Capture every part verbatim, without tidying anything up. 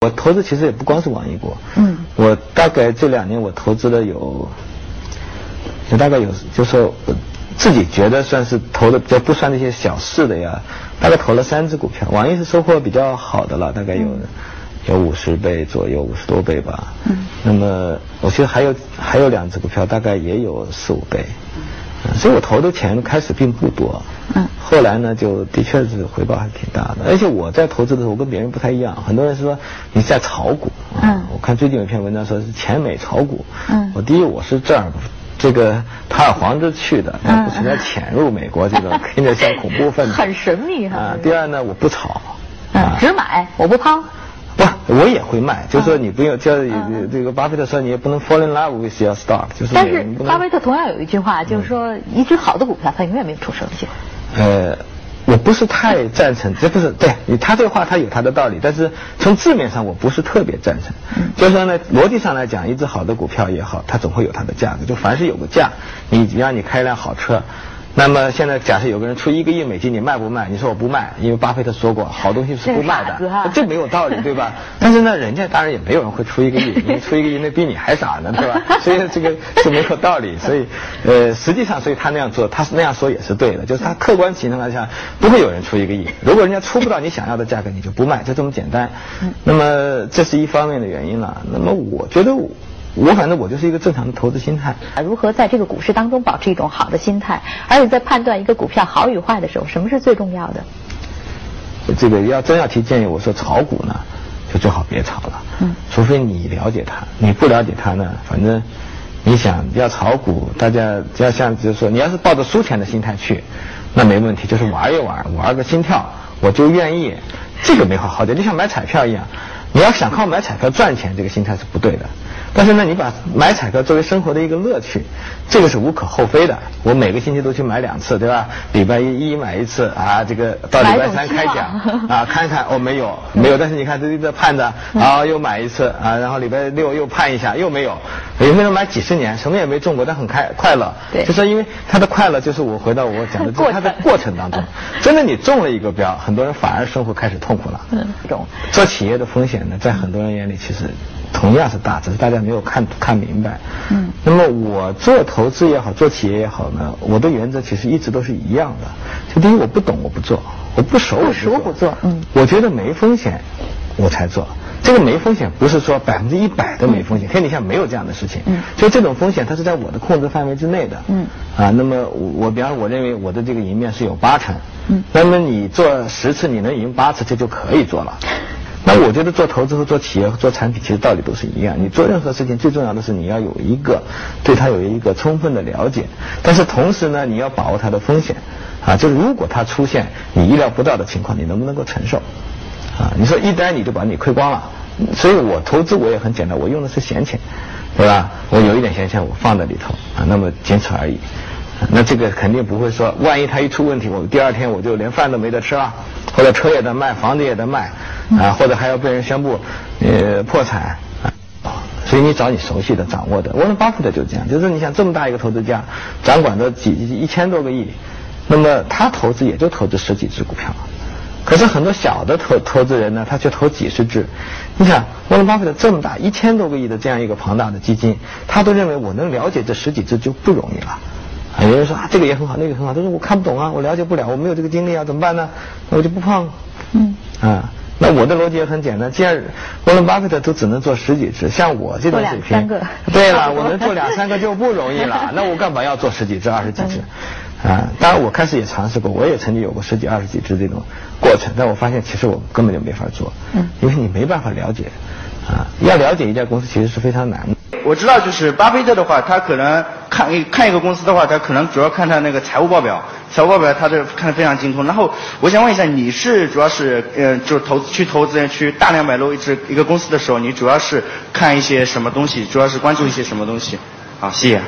我投资其实也不光是王一博， 嗯， 我大概这两年我投资了有，有大概有，就是说我自己觉得算是投的比较不算那些小事的呀，大概投了三只股票，网易是收获比较好的了，大概有、嗯、有五十倍左右，五十多倍吧。嗯，那么我觉得还有还有两只股票，大概也有四五倍。嗯，所以我投的钱开始并不多。嗯，后来呢，就的确是回报还挺大的。而且我在投资的时候，我跟别人不太一样。很多人是说你在炒股。嗯，我看最近有一篇文章说是钱美炒股。嗯，我第一我是这儿。这个堂而皇之去的，不存在潜入美国这种听着像恐怖分子， 很神秘哈。 啊，第二呢，我不炒， 嗯，只买我不抛。 不，我也会卖，就是说你不用叫这个巴菲特说你也不能 fall in love with your stock， 就是。 但是巴菲特同样有一句话，就是说一只好的股票它永远没有出生期。 呃。我不是太赞成，这不是对他这个话，他有他的道理，但是从字面上我不是特别赞成。嗯，就是说呢，逻辑上来讲，一只好的股票也好，它总会有它的价格，就凡是有个价，你让你开一辆好车。那么现在假设有个人出一个亿美金，你卖不卖？你说我不卖，因为巴菲特说过，好东西是不卖的，这没有道理，对吧？但是呢，人家当然也没有人会出一个亿，因为出一个亿那比你还傻呢，对吧？所以这个是没有道理。所以，呃，实际上，所以他那样做，他那样说也是对的，就是他客观情况下不会有人出一个亿。如果人家出不到你想要的价格，你就不卖，就这么简单。那么这是一方面的原因了。那么我觉得我。我反正我就是一个正常的投资心态。 如何在这个股市当中保持一种好的心态，而且在判断一个股票好与坏的时候，什么是最重要的？ 这个要真要提建议，我说炒股呢，就最好别炒了。嗯。除非你了解它，你不了解它呢，反正你想要炒股，大家要像就是说，你要是抱着输钱的心态去，那没问题，就是玩一玩，玩个心跳，我就愿意。这个没好好的，就像买彩票一样，你要想靠买彩票赚钱，这个心态是不对的。但是呢，你把买彩票作为生活的一个乐趣，这个是无可厚非的。我每个星期都去买两次，对吧？礼拜一一买一次啊，这个到礼拜三开奖啊，看看哦没有没有，但是你看这这盼着啊又买一次啊，然后礼拜六又盼一下又没有，有没有买几十年什么也没中过，但很开快乐。对，就是因为他的快乐就是我回到我讲的，就是他的过程当中，真的你中了一个标，很多人反而生活开始痛苦了。嗯，做企业的风险呢，在很多人眼里其实同样是大，只是大家没有看看明白。嗯，那么我做投资也好，做企业也好呢，我的原则其实一直都是一样的。就第一，我不懂我不做，我不熟我不做，不做。嗯，我觉得没风险，我才做。这个没风险不是说百分之一百的没风险，天底下没有这样的事情。嗯，就这种风险它是在我的控制范围之内的。嗯，啊，那么我比方说我认为我的这个赢面是有八成。嗯，那么你做十次你能赢八次，这就可以做了。那我觉得做投资和做企业和做产品其实道理都是一样，你做任何事情最重要的是你要有一个对它有一个充分的了解，但是同时呢你要把握它的风险啊，就是如果它出现你意料不到的情况，你能不能够承受啊？你说一单你就把你亏光了，所以我投资我也很简单，我用的是闲钱，对吧？我有一点闲钱我放在里头啊，那么仅此而已。那这个肯定不会说，万一它一出问题，我第二天我就连饭都没得吃了，或者车也得卖，房子也得卖，啊，或者还要被人宣布呃破产啊。所以你找你熟悉的、掌握的。沃伦·巴菲特就这样，就是你想这么大一个投资家，掌管着几一千多个亿，那么他投资也就投资十几只股票。可是很多小的投投资人呢，他却投几十只。你想，沃伦·巴菲特这么大一千多个亿的这样一个庞大的基金，他都认为我能了解这十几只就不容易了。啊，有人说啊，这个也很好，那个很好，但是我看不懂啊，我了解不了，我没有这个经历啊，怎么办呢？那我就不碰。嗯。啊，那我的逻辑也很简单，既然沃伦·巴菲特都只能做十几只，像我这种水平， 两三个。 对了，我能做两三个就不容易了，那我干嘛要做十几只、二十几只？啊，当然我开始也尝试过，我也曾经有过十几、二十几只这种过程，但我发现其实我根本就没法做，嗯，因为你没办法了解，啊，要了解一家公司其实是非常难的。 我知道，就是巴菲特的话，他可能看一看一个公司的话，他可能主要看他那个财务报表，财务报表他这看得非常精通。然后我想问一下，你是主要是呃，就是投去投资人去大量买入一只一个公司的时候，你主要是看一些什么东西？主要是关注一些什么东西？好，谢谢。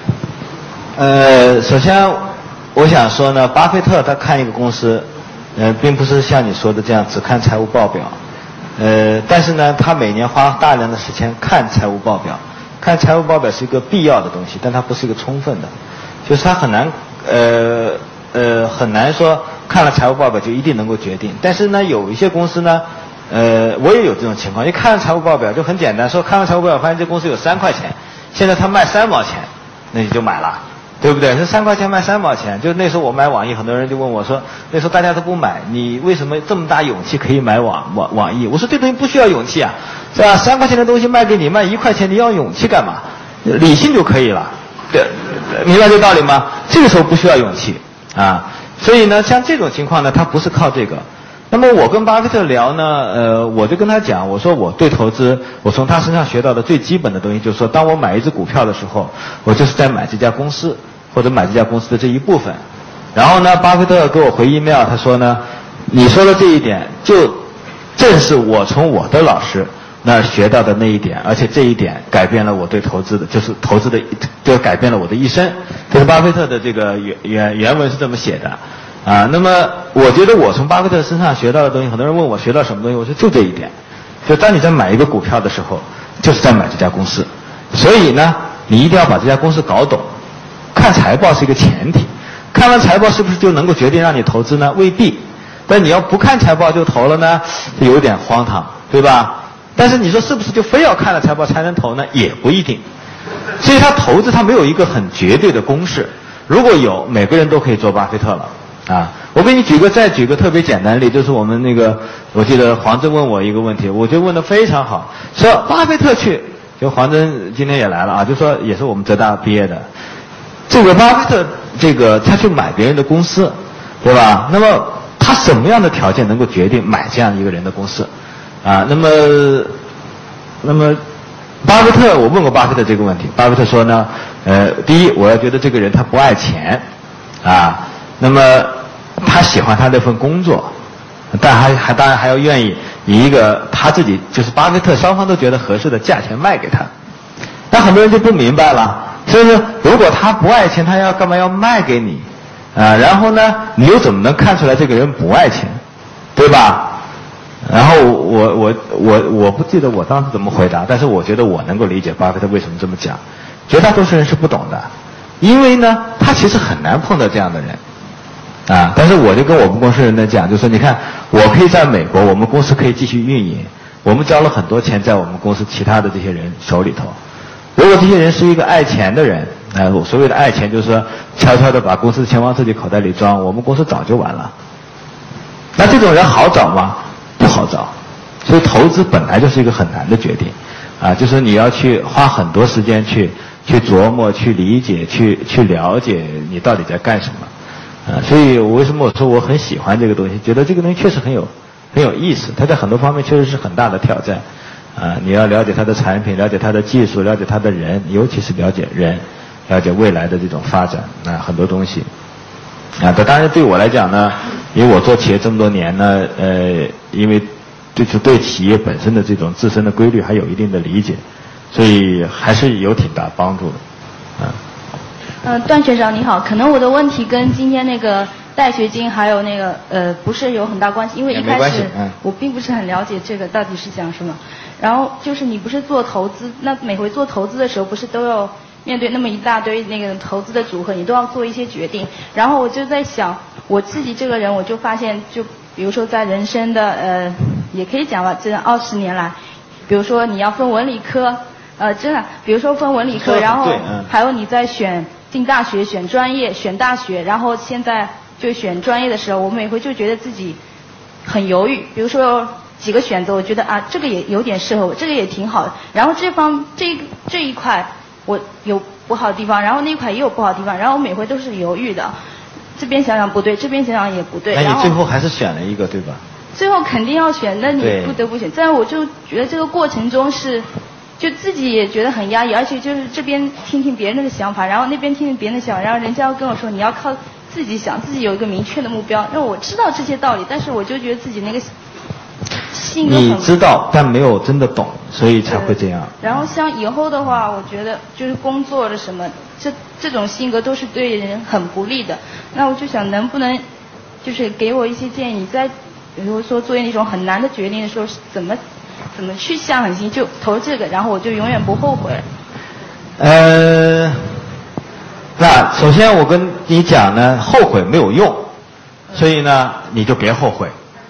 呃，首先我想说呢，巴菲特他看一个公司，呃，并不是像你说的这样只看财务报表，呃，但是呢，他每年花大量的时间看财务报表。看财务报表是一个必要的东西，但它不是一个充分的，就是它很难呃呃很难说看了财务报表就一定能够决定。但是呢，有一些公司呢， 呃，我也有这种情况，一看财务报表就很简单，说看完财务报表发现这公司有三块钱，现在他卖三毛钱，那你就买了，对不对？这三块钱卖三毛钱，就那时候我买网易，很多人就问我说，那时候大家都不买，你为什么这么大勇气可以买网网网易？我说这东西不需要勇气啊，是吧？三块钱的东西卖给你卖一块钱，你要勇气干嘛？理性就可以了，对，明白这个道理吗？这个时候不需要勇气啊，所以呢，像这种情况呢，它不是靠这个。那么我跟巴菲特聊呢，呃，我就跟他讲，我说我对投资，我从他身上学到的最基本的东西，就是说，当我买一只股票的时候，我就是在买这家公司，或者买这家公司的这一部分。然后呢，巴菲特给我回 email， 他说呢，你说的这一点，就正是我从我的老师那儿学到的那一点，而且这一点改变了我对投资的，就是投资的，就改变了我的一生。这是巴菲特的这个原原原文是这么写的。啊，那么我觉得我从巴菲特身上学到的东西，很多人问我学到什么东西，我说就这一点，就当你在买一个股票的时候，就是在买这家公司，所以呢，你一定要把这家公司搞懂。看财报是一个前提，看完财报是不是就能够决定让你投资呢？未必。但你要不看财报就投了呢，有点荒唐，对吧？但是你说是不是就非要看了财报才能投呢？也不一定。所以他投资他没有一个很绝对的公式，如果有，每个人都可以做巴菲特了。啊，我给你举个再举个特别简单的例，就是我们那个，我记得黄峥问我一个问题，我觉得问得非常好，说巴菲特去，就黄峥今天也来了啊，就说也是我们浙大毕业的，这个巴菲特这个他去买别人的公司，对吧？那么他什么样的条件能够决定买这样一个人的公司？啊，那么那么巴菲特，我问过巴菲特这个问题，巴菲特说呢，呃，第一，我要觉得这个人他不爱钱，啊，那么他喜欢他那份工作，但还还当然还要愿意以一个他自己就是巴菲特双方都觉得合适的价钱卖给他。那很多人就不明白了，所以说如果他不爱钱，他要干嘛要卖给你啊？然后呢，你又怎么能看出来这个人不爱钱，对吧？然后我我我我不记得我当时怎么回答，但是我觉得我能够理解巴菲特为什么这么讲。绝大多数人是不懂的，因为呢，他其实很难碰到这样的人。啊！但是我就跟我们公司人在讲，就说你看，我可以在美国，我们公司可以继续运营，我们交了很多钱在我们公司其他的这些人手里头。如果这些人是一个爱钱的人，呃，我所谓的爱钱就是说悄悄的把公司的钱往自己口袋里装，我们公司早就完了。那这种人好找吗？不好找。所以投资本来就是一个很难的决定，啊，就是你要去花很多时间去去琢磨、去理解、去去了解你到底在干什么。啊，所以我为什么我说我很喜欢这个东西，觉得这个东西确实很有很有意思，它在很多方面确实是很大的挑战。啊，你要了解它的产品，了解它的技术，了解它的人，尤其是了解人，了解未来的这种发展，啊，很多东西。啊，这当然对我来讲呢，因为我做企业这么多年呢，呃，因为就是对企业本身的这种自身的规律还有一定的理解，所以还是有挺大帮助的。啊。 呃，段学长你好，可能我的问题跟今天那个贷学金还有那个呃不是有很大关系，因为一开始我并不是很了解这个到底是讲什么。然后就是你不是做投资，那每回做投资的时候不是都要面对那么一大堆那个投资的组合，你都要做一些决定。然后我就在想，我自己这个人，我就发现，就比如说在人生的呃，也可以讲吧，这二十年来，比如说你要分文理科，呃，真的，比如说分文理科，然后还有你在选。进大学选专业选大学，然后现在就选专业的时候，我每回就觉得自己很犹豫。比如说几个选择，我觉得啊这个也有点适合我，这个也挺好的。然后这方这这一块我有不好的地方，然后那一块也有不好的地方，然后我每回都是犹豫的。这边想想不对，这边想想也不对。 那你最后还是选了一个对吧？ 最后肯定要选，那你不得不选。但我就觉得这个过程中是。就自己也觉得很压抑，而且就是这边听听别人的想法，然后那边听听别人的想法，然后人家要跟我说你要靠自己想，自己有一个明确的目标。让我知道这些道理，但是我就觉得自己那个性格很你知道，但没有真的懂，所以才会这样。 然后像以后的话，我觉得就是工作的什么，这这种性格都是对人很不利的。那我就想能不能就是给我一些建议，在比如说做那种很难的决定的时候是怎么。怎么去下狠心就投这个，然后我就永远不后悔。 呃，那首先我跟你讲呢，后悔没有用，所以呢你就别后悔。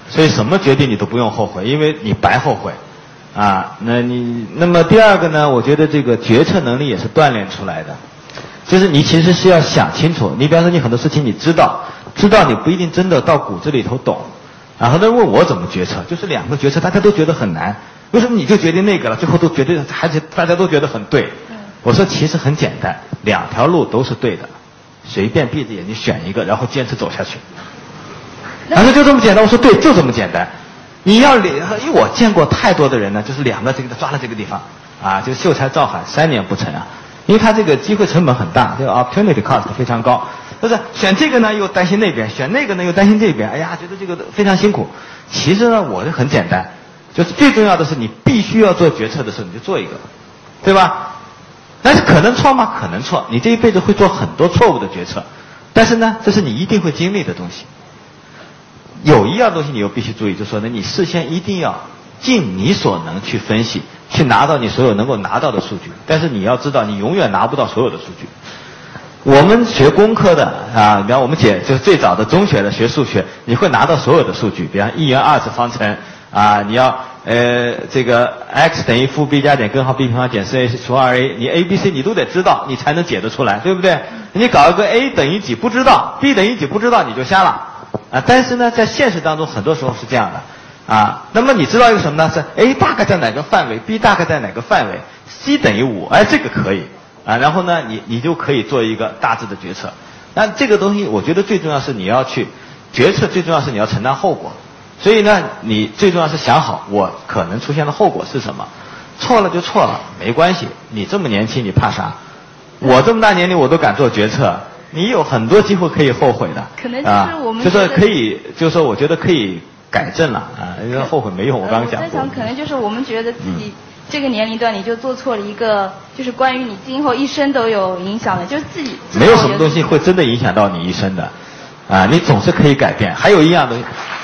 所以什么决定你都不用后悔，因为你白后悔。啊，那你那么第二个呢？我觉得这个决策能力也是锻炼出来的，就是你其实是要想清楚。你比方说你很多事情你知道，知道你不一定真的到骨子里头懂。啊，很多人问我怎么决策，就是两个决策大家都觉得很难，为什么你就决定那个了，最后都觉得还是大家都觉得很对？我说其实很简单，两条路都是对的，随便闭着眼睛选一个，然后坚持走下去。他说就这么简单，我说对，就这么简单。你要因为我见过太多的人呢，就是两个这个抓了这个地方，啊，就秀才造反三年不成啊，因为他这个机会成本很大，这个 opportunity cost 非常高，就是选这个呢又担心那边，选那个呢又担心这边，哎呀，觉得这个非常辛苦。其实呢，我就很简单，就是最重要的是你必须要做决策的时候你就做一个，对吧？但是可能错吗？可能错，你这一辈子会做很多错误的决策，但是呢，这是你一定会经历的东西。有一样东西你又必须注意，就是说呢，你事先一定要尽你所能去分析，去拿到你所有能够拿到的数据。但是你要知道，你永远拿不到所有的数据。我们学工科的啊，比方我们解就是最早的中学的学数学，你会拿到所有的数据，比方一元二次方程啊，你要呃这个 x 等于负 b 加减根号 b 平方减 4a 是除 二 a， 你 a b c 你都得知道，你才能解得出来，对不对？你搞一个 a 等于几不知道 ，b 等于几不知道，你就瞎了。啊，但是呢，在现实当中，很多时候是这样的，啊，那么你知道一个什么呢？是 A 大概在哪个范围 ，B 大概在哪个范围 ，C 等于五，哎，这个可以，啊，然后呢，你你就可以做一个大致的决策。那这个东西，我觉得最重要是你要去决策，最重要是你要承担后果。所以呢，你最重要是想好我可能出现的后果是什么，错了就错了，没关系，你这么年轻，你怕啥？我这么大年龄，我都敢做决策。你有很多机会可以后悔的， 可能就是我们、 啊、就是可以，就是说，我觉得可以改正了啊，因为后悔没用。我刚刚讲过。 我在想，可能就是我们觉得自己这个年龄段你就做错了一个，就是关于你今后一生都有影响的，就是自己。 没有什么东西会真的影响到你一生的，啊，你总是可以改变。还有一样东西。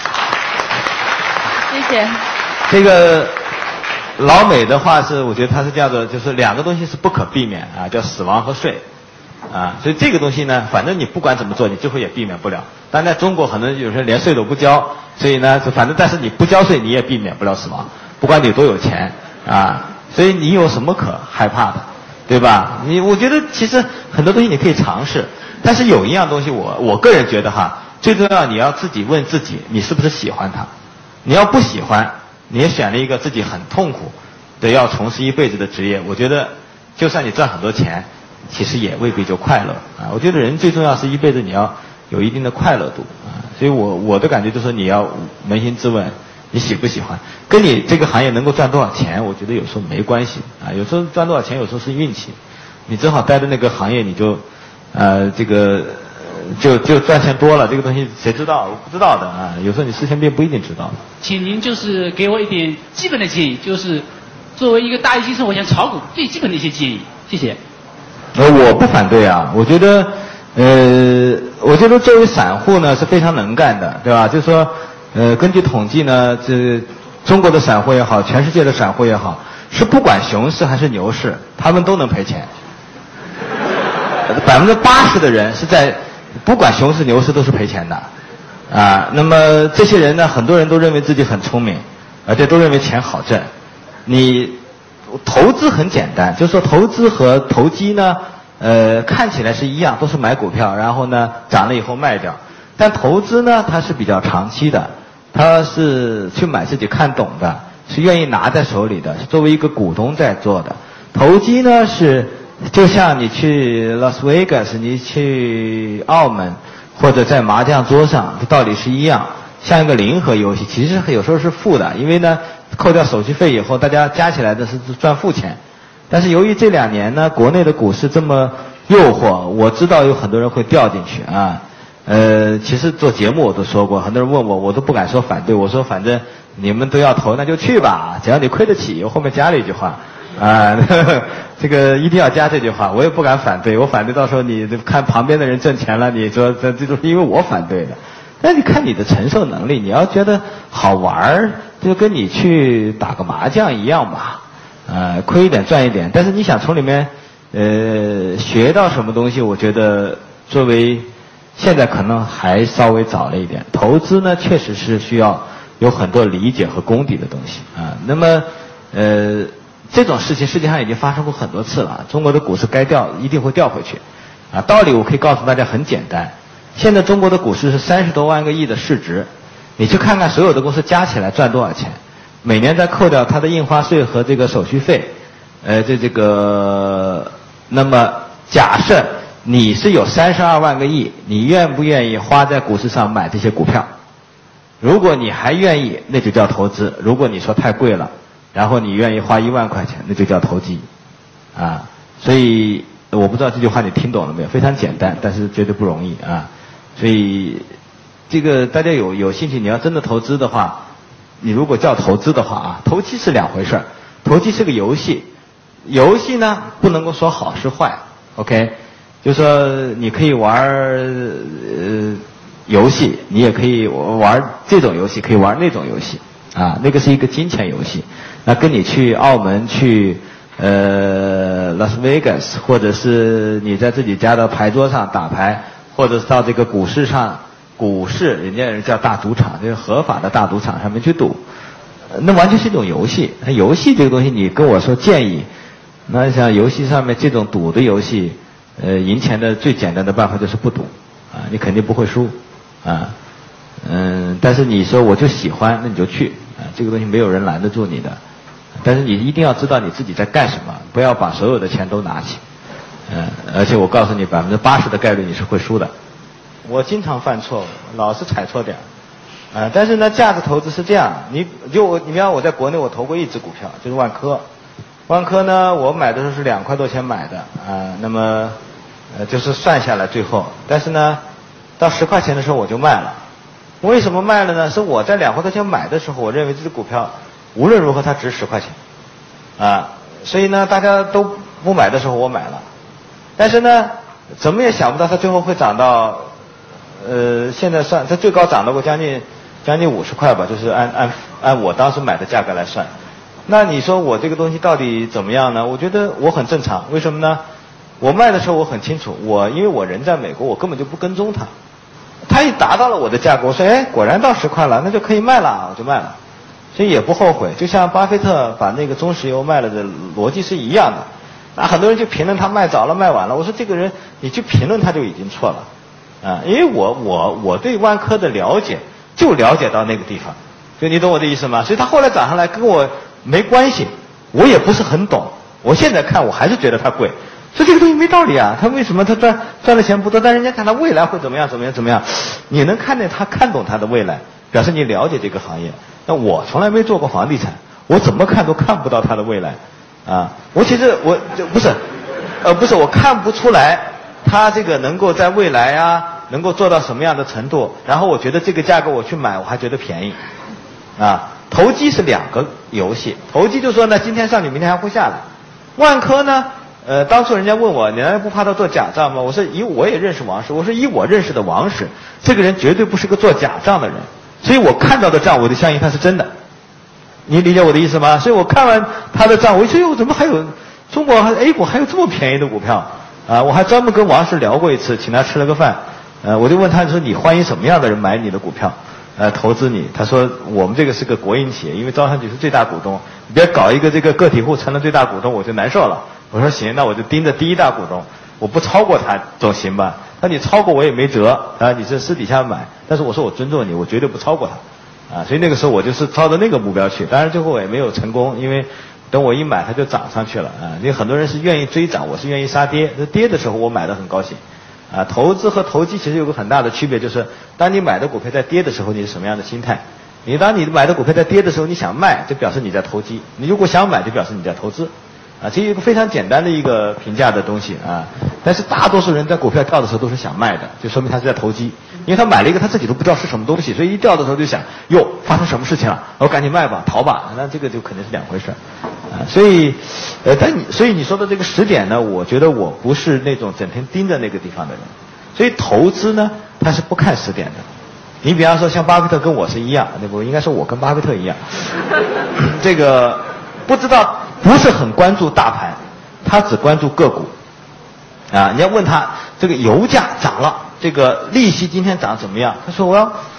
谢谢。 这个老美的话是，我觉得它是叫做，就是两个东西是不可避免啊，叫死亡和税。啊，所以这个东西呢，反正你不管怎么做，你最后也避免不了。但在中国，可能有些人连税都不交，所以呢，反正但是你不交税，你也避免不了死亡，不管你多有钱啊。所以你有什么可害怕的，对吧？你我觉得其实很多东西你可以尝试，但是有一样东西我，我我个人觉得哈，最重要你要自己问自己，你是不是喜欢它？你要不喜欢，你也选了一个自己很痛苦的要从事一辈子的职业，我觉得就算你赚很多钱。其实也未必就快乐啊！我觉得人最重要是一辈子你要有一定的快乐度啊，所以我我的感觉就是你要扪心自问，你喜不喜欢？跟你这个行业能够赚多少钱，我觉得有时候没关系啊。有时候赚多少钱，有时候是运气。你正好待的那个行业，你就呃这个就就赚钱多了，这个东西谁知道？我不知道的啊。有时候你事先并不一定知道。 请您就是给我一点基本的建议，就是作为一个大一新生，我想炒股最基本的一些建议，谢谢。 呃，我不反对啊，我觉得，呃，我觉得作为散户呢是非常能干的，对吧？就是说，呃，根据统计呢，这中国的散户也好，全世界的散户也好，是不管熊市还是牛市，他们都能赔钱。百分之八十的人是在不管熊市牛市都是赔钱的，啊，那么这些人呢，很多人都认为自己很聪明，而且都认为钱好挣，你。投资很简单，就是说投资和投机呢，呃，看起来是一样，都是买股票，然后呢涨了以后卖掉。但投资呢，它是比较长期的，它是去买自己看懂的，是愿意拿在手里的，是作为一个股东在做的。投机呢是，就像你去拉斯维加斯，你去澳门，或者在麻将桌上，道理是一样，像一个零和游戏，其实有时候是负的，因为呢。扣掉手续费以后，大家加起来的是赚负钱。但是由于这两年呢，国内的股市这么诱惑，我知道有很多人会掉进去啊。呃，其实做节目我都说过，很多人问我，我都不敢说反对。我说反正你们都要投，那就去吧，只要你亏得起。我后面加了一句话啊，呵呵这个一定要加这句话，我也不敢反对。我反对到时候你看旁边的人挣钱了，你说这这都是因为我反对的。那你看你的承受能力，你要觉得好玩儿，就跟你去打个麻将一样吧，呃，亏一点赚一点。但是你想从里面呃学到什么东西，我觉得作为现在可能还稍微早了一点。投资呢，确实是需要有很多理解和功底的东西啊。那么，呃，这种事情世界上已经发生过很多次了。中国的股市该掉一定会掉回去，啊，道理我可以告诉大家很简单。现在中国的股市是三十多万个亿的市值，你去看看所有的公司加起来赚多少钱，每年再扣掉它的印花税和这个手续费，呃，这这个，那么假设你是有三十二万个亿，你愿不愿意花在股市上买这些股票？如果你还愿意，那就叫投资；如果你说太贵了，然后你愿意花一万块钱，那就叫投机，啊，所以我不知道这句话你听懂了没有？非常简单，但是绝对不容易啊。所以这个大家有有兴趣，你要真的投资的话，你如果叫投资的话啊，投机是两回事儿，投机是个游戏，游戏呢不能够说好是坏 ，OK， 就是说你可以玩呃游戏，你也可以玩这种游戏，可以玩那种游戏啊，那个是一个金钱游戏。那跟你去澳门去呃拉斯维加斯，或者是你在自己家的牌桌上打牌，或者是到这个股市上，股市人家人叫大赌场，就是合法的大赌场上面去赌，那完全是一种游戏。那游戏这个东西，你跟我说建议，那像游戏上面这种赌的游戏，呃，赢钱的最简单的办法就是不赌啊，你肯定不会输啊，嗯，但是你说我就喜欢，那你就去啊，这个东西没有人拦得住你的。但是你一定要知道你自己在干什么，不要把所有的钱都拿起。嗯，而且我告诉你，百分之八十的概率你是会输的。我经常犯错误，老是踩错点。啊、呃，但是呢，价值投资是这样，你就我，你比方我在国内我投过一只股票，就是万科。万科呢，我买的时候是两块多钱买的啊、呃，那么呃就是算下来最后，但是呢，到十块钱的时候我就卖了。为什么卖了呢？是我在两块多钱买的时候，我认为这只股票无论如何它值十块钱，啊，所以呢大家都不买的时候我买了，但是呢怎么也想不到它最后会涨到，呃现在算它最高涨到过将近将近五十块吧，就是按按按我当时买的价格来算。那你说我这个东西到底怎么样呢？我觉得我很正常，为什么呢？我卖的时候我很清楚，我因为我人在美国，我根本就不跟踪它，它一达到了我的价格，我说哎果然到十块了，那就可以卖了，我就卖了。所以也不后悔，就像巴菲特把那个中石油卖了的逻辑是一样的。那很多人就评论他卖早了卖晚了，我说这个人你去评论他就已经错了啊，因为我我我对万科的了解就了解到那个地方，就你懂我的意思吗？所以他后来涨上来跟我没关系，我也不是很懂，我现在看我还是觉得它贵，所以这个东西没道理啊，他为什么他赚赚的钱不多，但人家看他未来会怎么样怎么样怎么样，你能看见他看懂他的未来，表示你了解这个行业。那我从来没做过房地产，我怎么看都看不到它的未来，啊，我其实我不是，呃，不是我看不出来它这个能够在未来啊，能够做到什么样的程度，然后我觉得这个价格我去买，我还觉得便宜，啊，投机是两个游戏，投机就说呢，今天上去，明天还会下来。万科呢，呃，当初人家问我，你难道不怕他做假账吗？我说以我也认识王石，我说以我认识的王石，这个人绝对不是个做假账的人。所以我看到的账，我就相信它是真的，你理解我的意思吗？所以我看完他的账，我一说哟，怎么还有中国还 A 股还有这么便宜的股票啊？我还专门跟王石聊过一次，请他吃了个饭，呃，我就问他说你欢迎什么样的人买你的股票，呃，投资你？他说我们这个是个国营企业，因为招商局是最大股东，你别搞一个这个个体户成了最大股东，我就难受了。我说行，那我就盯着第一大股东，我不超过他总行吧？那你超过我也没辙啊！你是私底下买，但是我说我尊重你，我绝对不超过他，啊！所以那个时候我就是朝着那个目标去，当然最后我也没有成功，因为等我一买它就涨上去了啊！因为很多人是愿意追涨，我是愿意杀跌。那跌的时候我买的很高兴，啊！投资和投机其实有个很大的区别，就是当你买的股票在跌的时候，你是什么样的心态？你当你买的股票在跌的时候，你想卖，就表示你在投机；你如果想买，就表示你在投资。啊，这是一个非常简单的一个评价的东西啊，但是大多数人在股票掉的时候都是想卖的，就说明他是在投机，因为他买了一个他自己都不知道是什么东西，所以一掉的时候就想，哟，发生什么事情了？我赶紧卖吧，逃吧，那这个就肯定是两回事啊。所以，呃，但你所以你说的这个时点呢，我觉得我不是那种整天盯着那个地方的人，所以投资呢，他是不看时点的。你比方说像巴菲特跟我是一样，那不应该说我跟巴菲特一样，这个不知道。不是很关注大盘，他只关注个股，啊，你要问他这个油价涨了，这个利息今天涨怎么样？他说我要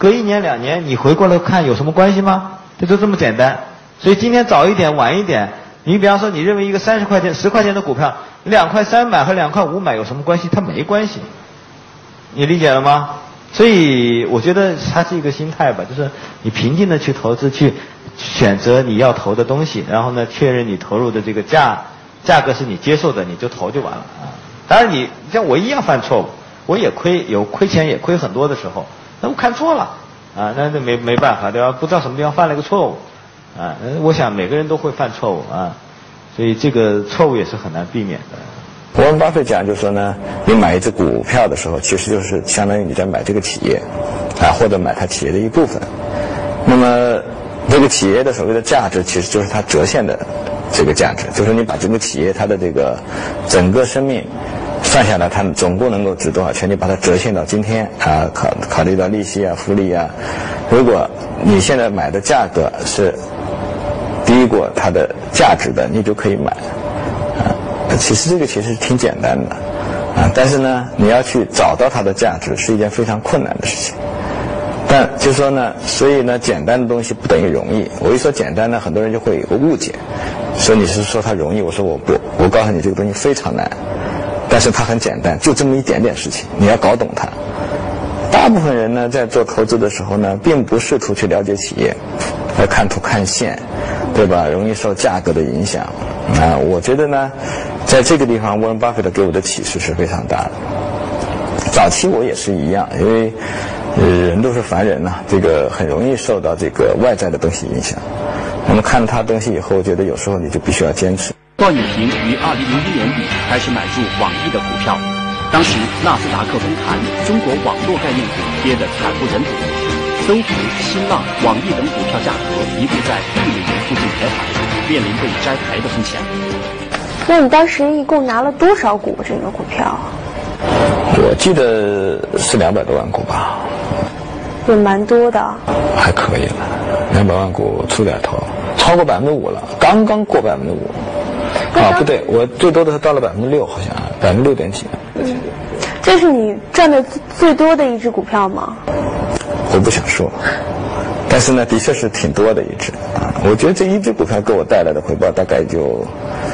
隔一年两年你回过来看有什么关系吗？这就这么简单。所以今天早一点晚一点，你比方说你认为一个三十块钱十块钱的股票，两块三买和两块五买有什么关系？它没关系，你理解了吗？所以我觉得它是一个心态吧，就是你平静的去投资，去选择你要投的东西，然后呢确认你投入的这个价价格是你接受的，你就投就完了啊。当然你像我一样犯错误，我也亏，有亏钱也亏很多的时候，那我看错了啊，那那没没办法对吧？不知道什么地方犯了一个错误啊，我想每个人都会犯错误啊，所以这个错误也是很难避免的。 沃伦巴菲特讲就是说呢，你买一只股票的时候，其实就是相当于你在买这个企业，啊，或者买它企业的一部分。那么这个企业的所谓的价值，其实就是它折现的这个价值，就是你把这个企业它的这个整个生命算下来，它总共能够值多少钱，你把它折现到今天啊，考考虑到利息啊、复利啊。如果你现在买的价格是低过它的价值的，你就可以买。其实这个其实挺简单的啊，但是呢，你要去找到它的价值是一件非常困难的事情。但就是说呢，所以呢，简单的东西不等于容易。我一说简单呢，很多人就会有个误解，说你是说它容易，我说我不，我告诉你这个东西非常难，但是它很简单，就这么一点点事情，你要搞懂它。大部分人呢，在做投资的时候呢，并不试图去了解企业，要看图看线，对吧？容易受价格的影响啊。我觉得呢，在这个地方，沃伦巴菲特给我的启示是非常大的。早期我也是一样，因为呃人都是凡人呐、啊，这个很容易受到这个外在的东西影响。那么看了他的东西以后，我觉得有时候你就必须要坚持。 段永平于二零零一年底开始买入网易的股票，当时纳斯达克崩盘，中国网络概念股跌得惨不忍睹，搜狐、新浪、网易等股票价格一度在一美元附近徘徊，面临被摘牌的风险。 那你当时一共拿了多少股这个股票？ 我记得是两百多万股吧， 也蛮多的。 还可以了，两百万股出点头，超过百分之五了，刚刚过百分之五。啊，不对，我最多的是到了百分之六，好像百分之六点几。 嗯，这是你赚的最多的一只股票吗？ 我不想说，但是呢，的确是挺多的一只啊。我觉得这一只股票给我带来的回报大概就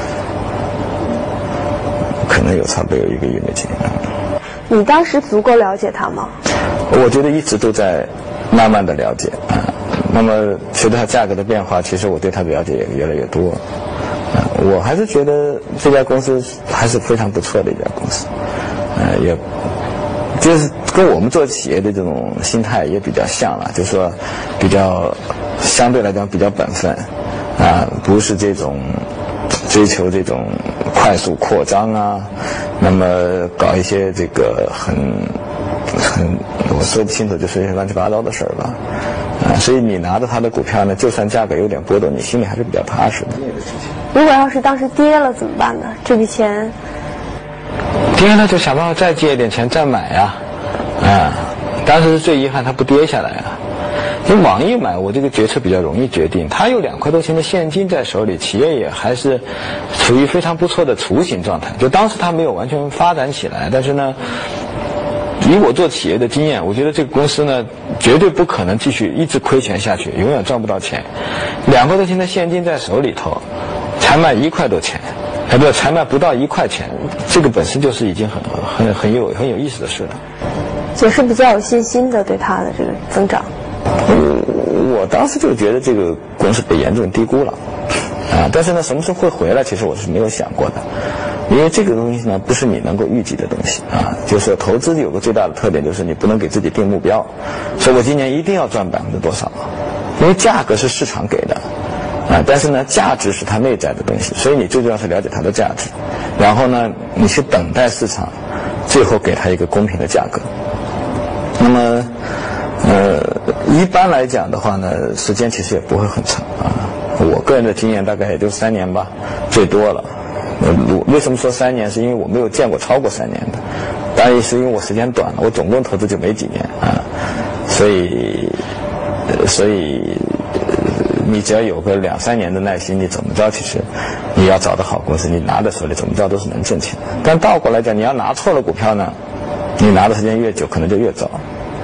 可能有差不多有一个亿美金。 你当时足够了解它吗？ 我觉得一直都在慢慢的了解啊。那么随着它价格的变化，其实我对它的了解也越来越多。啊，我还是觉得这家公司还是非常不错的一家公司，呃，也就是跟我们做企业的这种心态也比较像了，就是说比较相对来讲比较本分，啊，不是这种追求这种快速扩张啊，那么搞一些这个很很我说不清楚，就是一些乱七八糟的事儿吧。啊，所以你拿着他的股票呢，就算价格有点波动，你心里还是比较踏实的。 如果要是当时跌了怎么办呢？这笔钱跌了就想办法再借一点钱再买呀，啊，当时是最遗憾它不跌下来啊。因为网易买我这个决策比较容易决定，它有两块多钱的现金在手里，企业也还是处于非常不错的雏形状态，就当时它没有完全发展起来，但是呢。以我做企业的经验，我觉得这个公司呢，绝对不可能继续一直亏钱下去，永远赚不到钱。两块多钱的现金在手里头，才卖一块多钱，哎，不，才卖不到一块钱，这个本身就是已经很很很有很有意思的事了。 也是比较有信心的对它的这个增长。 嗯，我当时就觉得这个公司被严重低估了，啊，但是呢，什么时候会回来，其实我是没有想过的。因为这个东西呢，不是你能够预计的东西啊。就是投资有个最大的特点，就是你不能给自己定目标，说我今年一定要赚百分之多少，因为价格是市场给的啊，但是呢，价值是它内在的东西，所以你最重要是了解它的价值，然后呢，你去等待市场最后给它一个公平的价格。那么，呃，一般来讲的话呢，时间其实也不会很长啊。我个人的经验大概也就三年吧，最多了。为什么说三年？是因为我没有见过超过三年的，当然是因为我时间短了，我总共投资就没几年啊，所以，呃、所以、呃、你只要有个两三年的耐心，你怎么着，其实你要找到好公司，你拿在手里怎么着都是能挣钱的。但倒过来讲，你要拿错了股票呢，你拿的时间越久，可能就越早。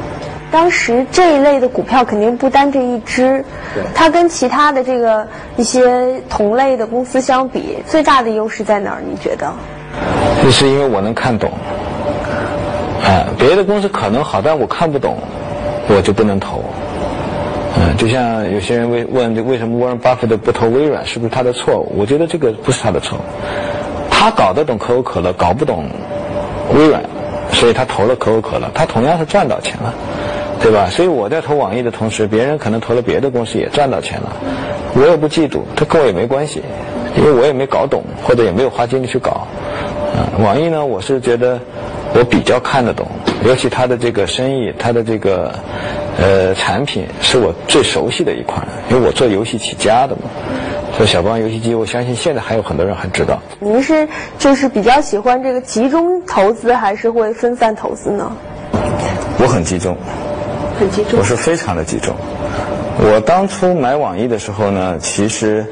当时这一类的股票肯定不单这一只，它跟其他的这个一些同类的公司相比，最大的优势在哪儿？你觉得？ 就是因为我能看懂，哎、呃，别的公司可能好，但我看不懂，我就不能投。嗯，就像有些人问问为什么沃伦·巴菲特不投微软，是不是他的错误？我觉得这个不是他的错误，他搞得懂可口可乐，搞不懂微软，所以他投了可口可乐，他同样是赚到钱了，对吧？所以我在投网易的同时，别人可能投了别的公司也赚到钱了，我也不嫉妒，这跟我也没关系，因为我也没搞懂，或者也没有花精力去搞。嗯，网易呢，我是觉得我比较看得懂，尤其他的这个生意，他的这个呃产品是我最熟悉的一款，因为我做游戏起家的嘛。所以小邦游戏机，我相信现在还有很多人还知道。 您是就是比较喜欢这个集中投资，还是会分散投资呢？ 我很集中， 很集中。 我是非常的集中。我当初买网易的时候呢，其实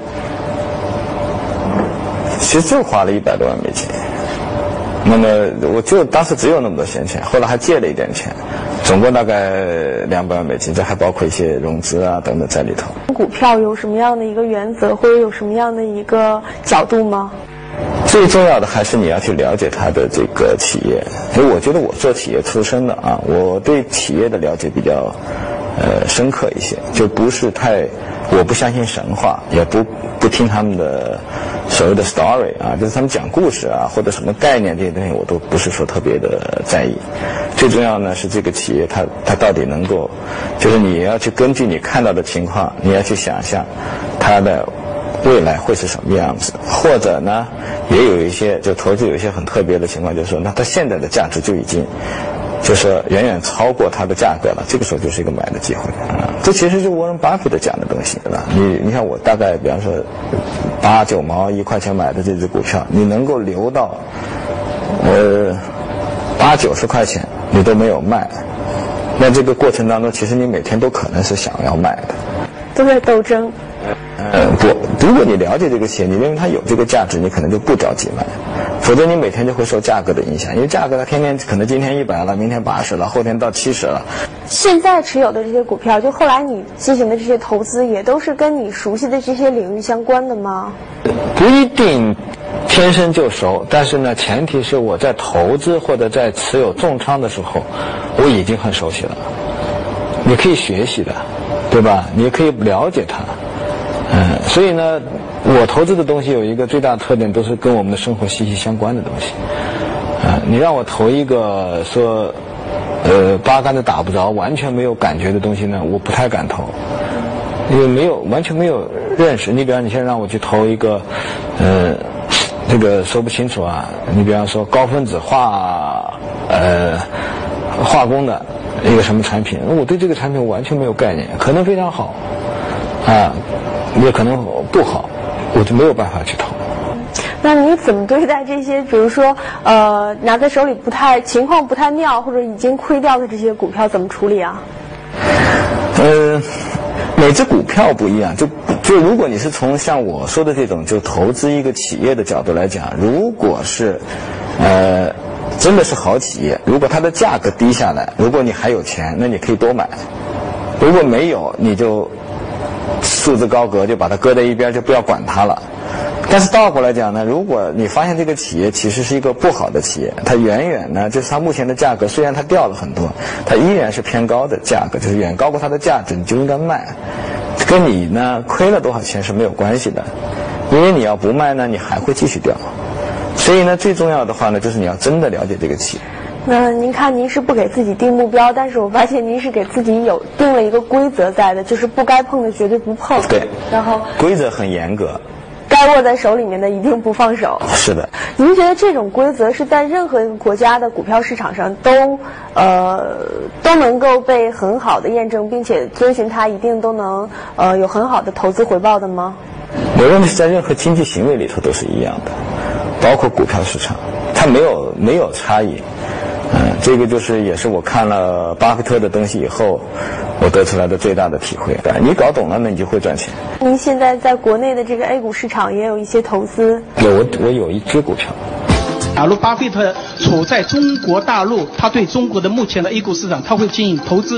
其实就花了一百多万美金。那么我就当时只有那么多闲钱，后来还借了一点钱，总共大概两百万美金，这还包括一些融资啊等等在里头。 股票有什么样的一个原则，或者有什么样的一个角度吗？ 最重要的还是你要去了解它的这个企业，因为我觉得我做企业出身的啊，我对企业的了解比较呃深刻一些，就不是太，我不相信神话，也不不听他们的所谓的 story 啊，就是他们讲故事啊或者什么概念这些东西，我都不是说特别的在意。最重要呢是这个企业它它到底能够，就是你要去根据你看到的情况，你要去想象它的未来会是什么样子，或者呢也有一些就投资有一些很特别的情况，就是说那它现在的价值就已经就是远远超过它的价格了，这个时候就是一个买的机会啊。这其实就是沃伦·巴菲特讲的东西，对吧？你你看我大概比方说八九毛一块钱买的这只股票，你能够留到呃八九十块钱，你都没有卖，那这个过程当中，其实你每天都可能是想要卖的， 都在斗争。 呃，不，如果你了解这个企业，你认为它有这个价值，你可能就不着急买，否则你每天就会受价格的影响，因为价格它天天可能今天一百了，明天八十了，后天到七十了。 现在持有的这些股票，就后来你进行的这些投资，也都是跟你熟悉的这些领域相关的吗？ 不一定天生就熟，但是呢，前提是我在投资或者在持有重仓的时候，我已经很熟悉了。你可以学习的，对吧？你可以了解它。嗯，所以呢，我投资的东西有一个最大的特点，都是跟我们的生活息息相关的东西。嗯，你让我投一个说，呃，八竿子打不着、完全没有感觉的东西呢，我不太敢投，因为没有完全没有认识。你比方你现在让我去投一个，呃，这个说不清楚啊。你比方说高分子化，呃，化工的一个什么产品，我对这个产品完全没有概念，可能非常好，啊。也可能不好，我就没有办法去投。 那你怎么对待这些，比如说呃拿在手里不太情况不太妙或者已经亏掉的这些股票，怎么处理啊？ 呃，每只股票不一样，就就如果你是从像我说的这种就投资一个企业的角度来讲，如果是呃真的是好企业，如果它的价格低下来，如果你还有钱，那你可以多买；如果没有，你就束之高阁，就把它搁在一边，就不要管它了。但是倒过来讲呢，如果你发现这个企业其实是一个不好的企业，它远远呢，就是它目前的价格虽然它掉了很多，它依然是偏高的价格，就是远高过它的价值，你就应该卖。跟你呢亏了多少钱是没有关系的，因为你要不卖呢，你还会继续掉。所以呢，最重要的话呢，就是你要真的了解这个企业。 那您看，您是不给自己定目标，但是我发现您是给自己有定了一个规则在的，就是不该碰的绝对不碰。 对， 然后规则很严格， 该握在手里面的一定不放手。 是的。 您觉得这种规则是在任何一个国家的股票市场上都呃都能够被很好的验证，并且遵循它一定都能呃有很好的投资回报的吗？ 我认为在任何经济行为里头都是一样的，包括股票市场，它没有没有差异。嗯，这个就是也是我看了巴菲特的东西以后，我得出来的最大的体会。你搞懂了，那你就会赚钱。 您现在在国内的这个 A 股市场也有一些投资？ 有，我我有一只股票。 假如巴菲特处在中国大陆，他对中国的目前的 A 股市场，他会进行投资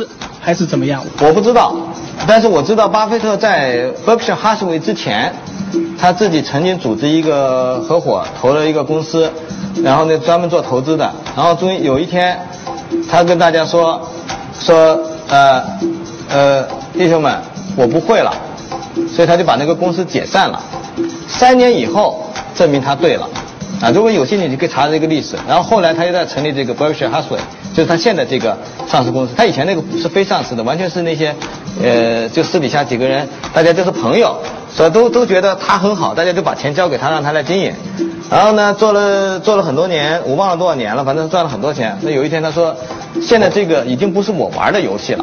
还是怎么样？ 我不知道，但是我知道巴菲特在 Berkshire Hathaway 之前，他自己曾经组织一个合伙投了一个公司，然后呢专门做投资的，然后终于有一天，他跟大家说说呃呃弟兄们，我不会了，所以他就把那个公司解散了。三年以后证明他对了。啊，如果有兴趣，你可以查这个历史。然后后来他又在成立这个 Berkshire Hathaway， 就是他现在这个上市公司。他以前那个是非上市的，完全是那些，呃，就私底下几个人，大家就是朋友，所以都都觉得他很好，大家就把钱交给他，让他来经营。然后呢，做了做了很多年，我忘了多少年了，反正赚了很多钱。那有一天他说，现在这个已经不是我玩的游戏了。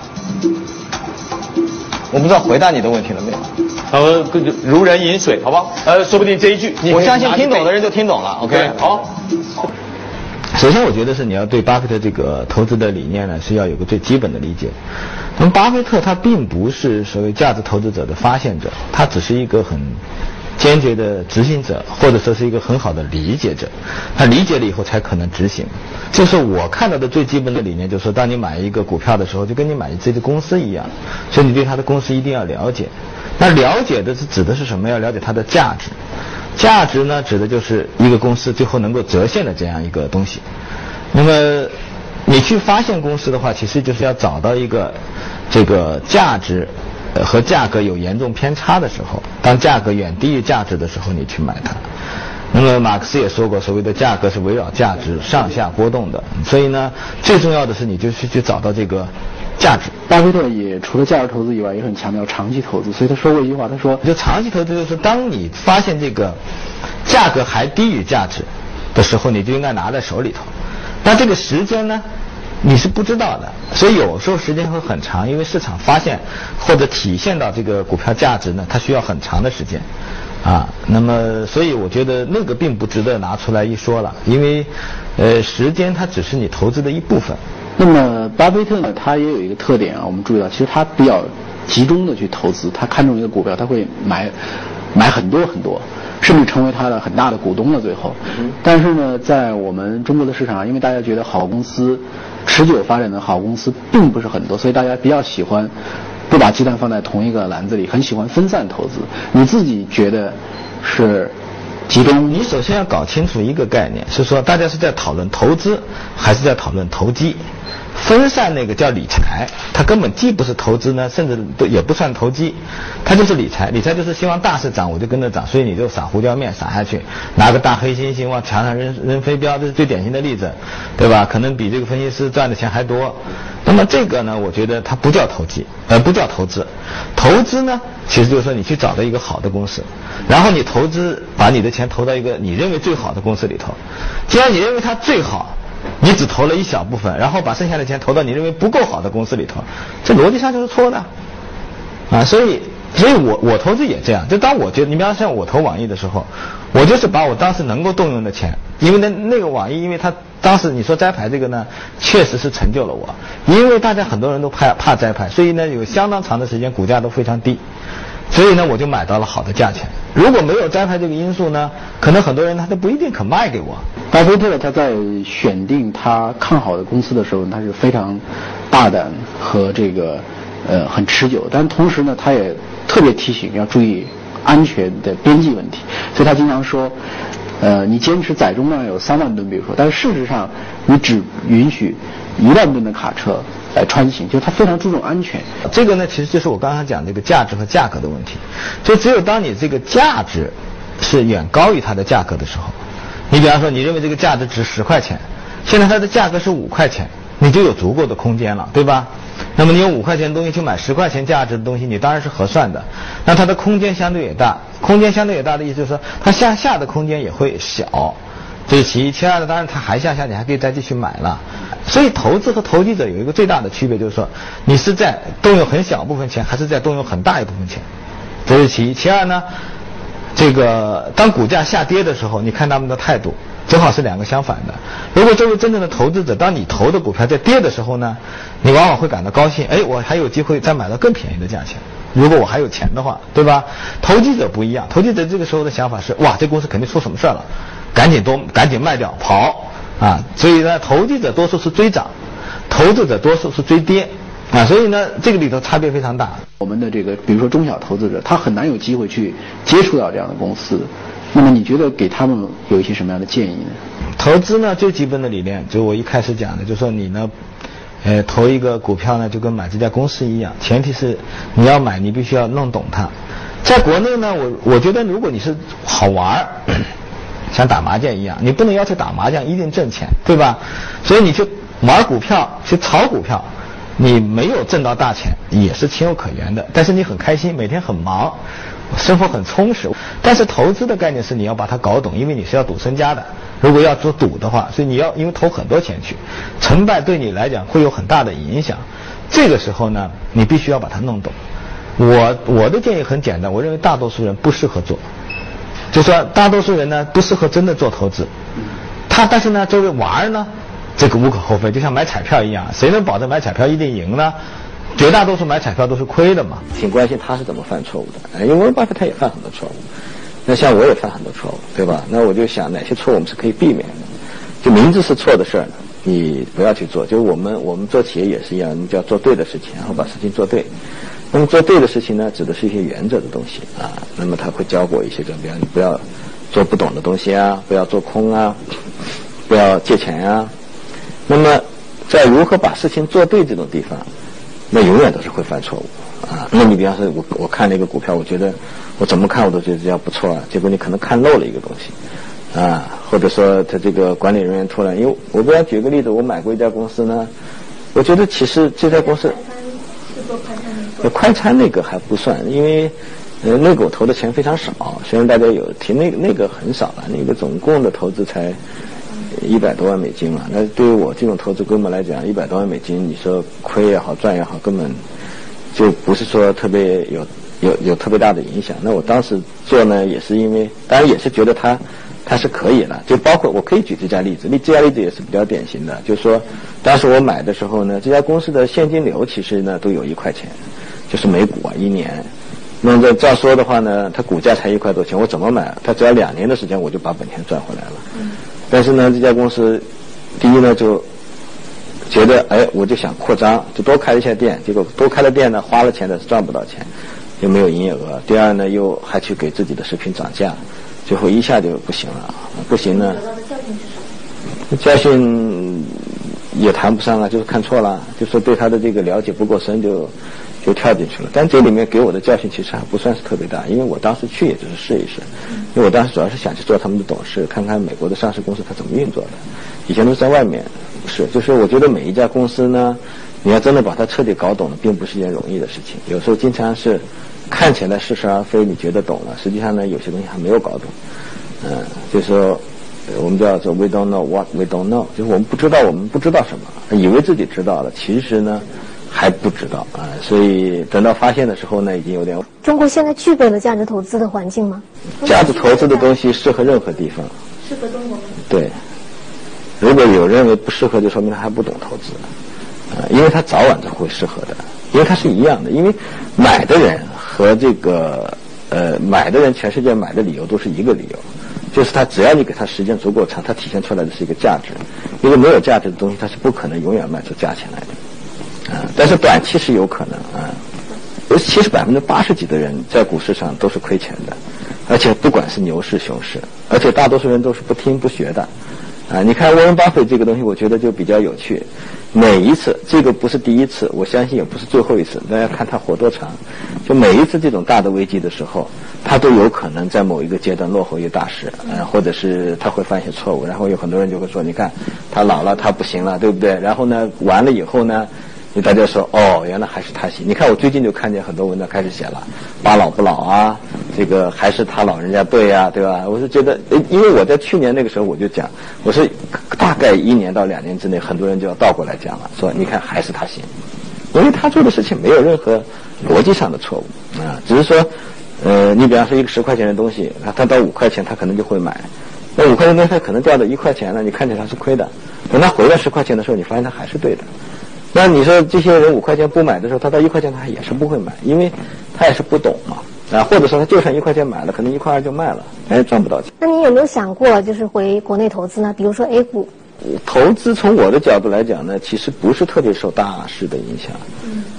我不知道回答你的问题了没有？ 呃，如人饮水，好吧？呃，说不定这一句， 我相信听懂的人就听懂了。OK， 好。 首先，我觉得是你要对巴菲特这个投资的理念呢，是要有个最基本的理解。那么，巴菲特他并不是所谓价值投资者的发现者，他只是一个很坚决的执行者，或者说是一个很好的理解者。他理解了以后才可能执行。这是我看到的最基本的理念，就是说，当你买一个股票的时候，就跟你买一这个公司一样，所以你对他的公司一定要了解。那了解的是指的是什么？要了解它的价值。价值呢，指的就是一个公司最后能够折现的这样一个东西。那么你去发现公司的话，其实就是要找到一个这个价值和价格有严重偏差的时候，当价格远低于价值的时候，你去买它。那么马克思也说过，所谓的价格是围绕价值上下波动的，所以呢，最重要的是你就是去找到这个价值。 巴菲特也除了价值投资以外，也很强调长期投资，所以他说过一句话，他说就长期投资就是当你发现这个价格还低于价值的时候，你就应该拿在手里头。但这个时间呢，你是不知道的，所以有时候时间会很长，因为市场发现或者体现到这个股票价值呢，它需要很长的时间啊。那么所以我觉得那个并不值得拿出来一说了，因为呃时间它只是你投资的一部分。 那么巴菲特呢，他也有一个特点啊，我们注意到，其实他比较集中的去投资，他看中一个股票，他会买买很多很多，甚至成为他的很大的股东了最后。但是呢，在我们中国的市场上，因为大家觉得好公司持久发展的好公司并不是很多，所以大家比较喜欢不把鸡蛋放在同一个篮子里，很喜欢分散投资。你自己觉得是集中？ 你首先要搞清楚一个概念，是说大家是在讨论投资还是在讨论投机。分散那个叫理财，它根本既不是投资呢，甚至都也不算投机，它就是理财。理财就是希望大势涨我就跟着涨，所以你就撒胡椒面撒下去，拿个大黑猩猩往墙上扔扔飞镖，这是最典型的例子，对吧？可能比这个分析师赚的钱还多。那么这个呢，我觉得它不叫投机，呃，不叫投资。投资呢，其实就是说你去找到一个好的公司，然后你投资，把你的钱投到一个你认为最好的公司里头。既然你认为它最好，你只投了一小部分，然后把剩下的钱投到你认为不够好的公司里头，这逻辑上就是错的啊！所以，所以我我投资也这样。就当我觉得，你比方像我投网易的时候，我就是把我当时能够动用的钱，因为那那个网易，因为它当时你说摘牌这个呢，确实是成就了我，因为大家很多人都怕怕摘牌，所以呢有相当长的时间股价都非常低。所以呢，我就买到了好的价钱。如果没有摘牌这个因素呢，可能很多人他都不一定肯卖给我。 巴菲特他在选定他看好的公司的时候，他是非常大胆和这个呃很持久，但同时呢，他也特别提醒要注意安全的边际问题。所以他经常说，呃，你坚持载重量有三万吨，比如说，但是事实上你只允许一万吨的卡车来穿行，就是它非常注重安全。 这个呢，其实就是我刚才讲这个价值和价格的问题。就只有当你这个价值是远高于它的价格的时候，你比方说你认为这个价值值十块钱，现在它的价格是五块钱，你就有足够的空间了，对吧？那么你用五块钱的东西去买十块钱价值的东西，你当然是合算的。那它的空间相对也大，空间相对也大的意思就是说，它向下的空间也会小。这是其一，其二呢，当然它还向下，你还可以再继续买了。所以投资和投机者有一个最大的区别，就是说你是在动用很小部分钱，还是在动用很大一部分钱。这是其一，其二呢，这个当股价下跌的时候，你看他们的态度正好是两个相反的。如果作为真正的投资者，当你投的股票在跌的时候呢，你往往会感到高兴，哎，我还有机会再买到更便宜的价钱。如果我还有钱的话，对吧？投机者不一样，投机者这个时候的想法是，哇，这公司肯定出什么事了，赶紧多赶紧卖掉跑啊！所以呢，投机者多数是追涨，投资者多数是追跌啊，所以呢，这个里头差别非常大。 我们的这个，比如说中小投资者，他很难有机会去接触到这样的公司。那么你觉得给他们有一些什么样的建议呢？ 投资呢，最基本的理念，就我一开始讲的，就是说你呢，呃，投一个股票呢，就跟买这家公司一样，前提是你要买，你必须要弄懂它。在国内呢，我我觉得如果你是好玩，像打麻将一样，你不能要求打麻将一定挣钱，对吧？所以你去玩股票，去炒股票，你没有挣到大钱也是情有可原的，但是你很开心，每天很忙，生活很充实。但是投资的概念是你要把它搞懂，因为你是要赌身家的，如果要做赌的话，所以你要因为投很多钱去，成败对你来讲会有很大的影响。这个时候呢，你必须要把它弄懂。我我的建议很简单，我认为大多数人不适合做，就说大多数人呢不适合真的做投资，他但是呢作为玩呢，这个无可厚非，就像买彩票一样，谁能保证买彩票一定赢呢？绝大多数买彩票都是亏的嘛。 挺关心他是怎么犯错误的，因为沃伦巴菲特也犯很多错误，那像我也犯很多错误，对吧？那我就想哪些错误我们是可以避免的，就明知是错的事儿呢，你不要去做。就是我们我们做企业也是一样，你就要做对的事情，然后把事情做对。那么做对的事情呢，指的是一些原则的东西啊。那么他会教过一些，比方你不要做不懂的东西啊，不要做空啊，不要借钱啊。那么在如何把事情做对这种地方，那永远都是会犯错误啊。那你比方说我我看那个股票，我觉得我怎么看我都觉得这样不错啊，结果你可能看漏了一个东西啊，或者说他这个管理人员突然，因为我比方举个例子，我买过一家公司呢，我觉得其实这家公司快餐那个还不算，因为呃那个我投的钱非常少，虽然大家有提那个那个很少了，那个总共的投资才一百多万美金嘛。那对于我这种投资规模来讲，一百多万美金，你说亏也好赚也好，根本就不是说特别有有有特别大的影响。那我当时做呢，也是因为当然也是觉得它它是可以了，就包括我可以举这家例子，这家例子也是比较典型的，就是说当时我买的时候呢，这家公司的现金流其实呢都有一块钱，就是每股啊一年。那这照说的话呢，它股价才一块多钱，我怎么买？它只要两年的时间，我就把本钱赚回来了。嗯。但是呢，这家公司第一呢就觉得哎，我就想扩张，就多开一下店，结果多开了店呢，花了钱的是赚不到钱，又没有营业额。第二呢，又还去给自己的食品涨价。最后一下就不行了，不行呢。教训也谈不上啊，就是看错了，就说对他的这个了解不够深，就就跳进去了。但这里面给我的教训其实还不算是特别大，因为我当时去也就是试一试，因为我当时主要是想去做他们的董事，看看美国的上市公司它怎么运作的。以前都是在外面，不是，就是我觉得每一家公司呢，你要真的把它彻底搞懂了，并不是一件容易的事情。有时候经常是看起来似是而非，你觉得懂了，实际上呢，有些东西还没有搞懂。嗯，就是说，我们叫做 we don't know what we don't know， 就是我们不知道我们不知道什么，以为自己知道了，其实呢还不知道啊。所以等到发现的时候呢，已经有点。 中国现在具备了价值投资的环境吗？ 价值投资的东西适合任何地方。 适合中国吗？ 对。如果有认为不适合，就说明他还不懂投资，啊，因为他早晚都会适合的，因为它是一样的，因为买的人和这个呃买的人，全世界买的理由都是一个理由，就是他只要你给他时间足够长，它体现出来的是一个价值，因为没有价值的东西，它是不可能永远卖出价钱来的，啊，但是短期是有可能啊，其实百分之八十几的人在股市上都是亏钱的，而且不管是牛市熊市，而且大多数人都是不听不学的。啊，你看沃伦巴菲特这个东西，我觉得就比较有趣。每一次，这个不是第一次，我相信也不是最后一次。大家看他活多长，就每一次这种大的危机的时候，他都有可能在某一个阶段落后于大势，呃，或者是他会犯一些错误。然后有很多人就会说，你看他老了，他不行了，对不对？然后呢，完了以后呢，就大家说，哦，原来还是他行。你看我最近就看见很多文章开始写了，巴老不老啊。这个还是他老人家对呀、啊，对吧？我是觉得，因为我在去年那个时候我就讲，我是大概一年到两年之内，很多人就要倒过来讲了，说你看还是他行，因为他做的事情没有任何逻辑上的错误啊，只是说，呃，你比方说一个十块钱的东西，他到五块钱他可能就会买，那五块钱东西他可能掉到一块钱了，你看起来他是亏的，等他回到十块钱的时候，你发现他还是对的。那你说这些人五块钱不买的时候，他到一块钱他也是不会买，因为他也是不懂嘛。啊，或者说他就算一块钱买了，可能一块二就卖了，哎，赚不到钱。 那你有没有想过，就是回国内投资呢？比如说 A 股。 投资从我的角度来讲呢，其实不是特别受大势的影响。嗯。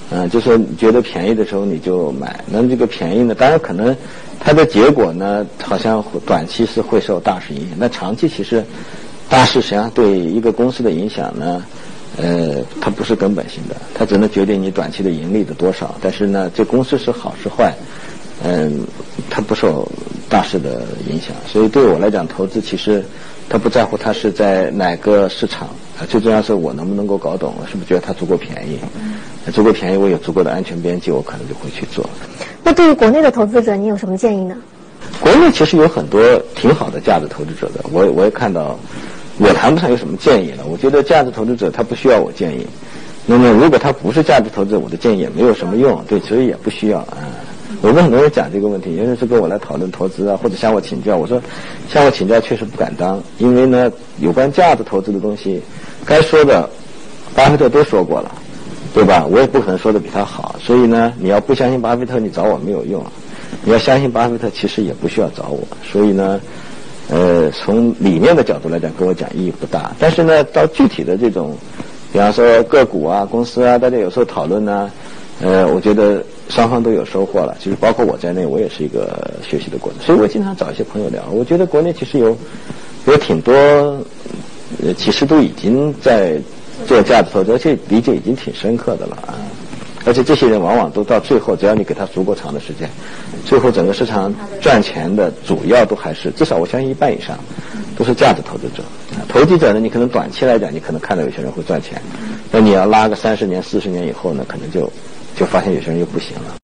嗯、呃，就是你觉得便宜的时候你就买。那么这个便宜呢，当然可能它的结果呢，好像短期是会受大势影响，那长期其实大势实际上对一个公司的影响呢，呃，它不是根本性的，它只能决定你短期的盈利的多少。但是呢，这公司是好是坏，嗯、呃，它不受大势的影响。所以对我来讲，投资其实它不在乎它是在哪个市场，啊，最重要是我能不能够搞懂，我是不是觉得它足够便宜，嗯、足够便宜，我有足够的安全边际，我可能就会去做。 那对于国内的投资者，你有什么建议呢？ 国内其实有很多挺好的价值投资者的，我我也看到。我谈不上有什么建议了，我觉得价值投资者他不需要我建议，那么如果他不是价值投资者，我的建议也没有什么用，对，所以也不需要啊。我跟很多人讲这个问题，有人是跟我来讨论投资啊，或者向我请教，我说向我请教确实不敢当，因为呢，有关价值投资的东西，该说的巴菲特都说过了，对吧？我也不可能说的比他好，所以呢，你要不相信巴菲特，你找我没有用，你要相信巴菲特，其实也不需要找我，所以呢。呃，从理念的角度来讲，跟我讲意义不大。但是呢，到具体的这种，比方说个股啊、公司啊，大家有时候讨论呢，呃，我觉得双方都有收获了。其实包括我在内，我也是一个学习的过程。所以我经常找一些朋友聊。我觉得国内其实有有挺多，呃，其实都已经在做价值投资，而且理解已经挺深刻的了啊。而且这些人往往都到最后，只要你给他足够长的时间，最后整个市场赚钱的主要都还是，至少我相信一半以上都是价值投资者。投机者呢，你可能短期来讲，你可能看到有些人会赚钱，那你要拉个三十年、四十年以后呢，可能就就发现有些人又不行了。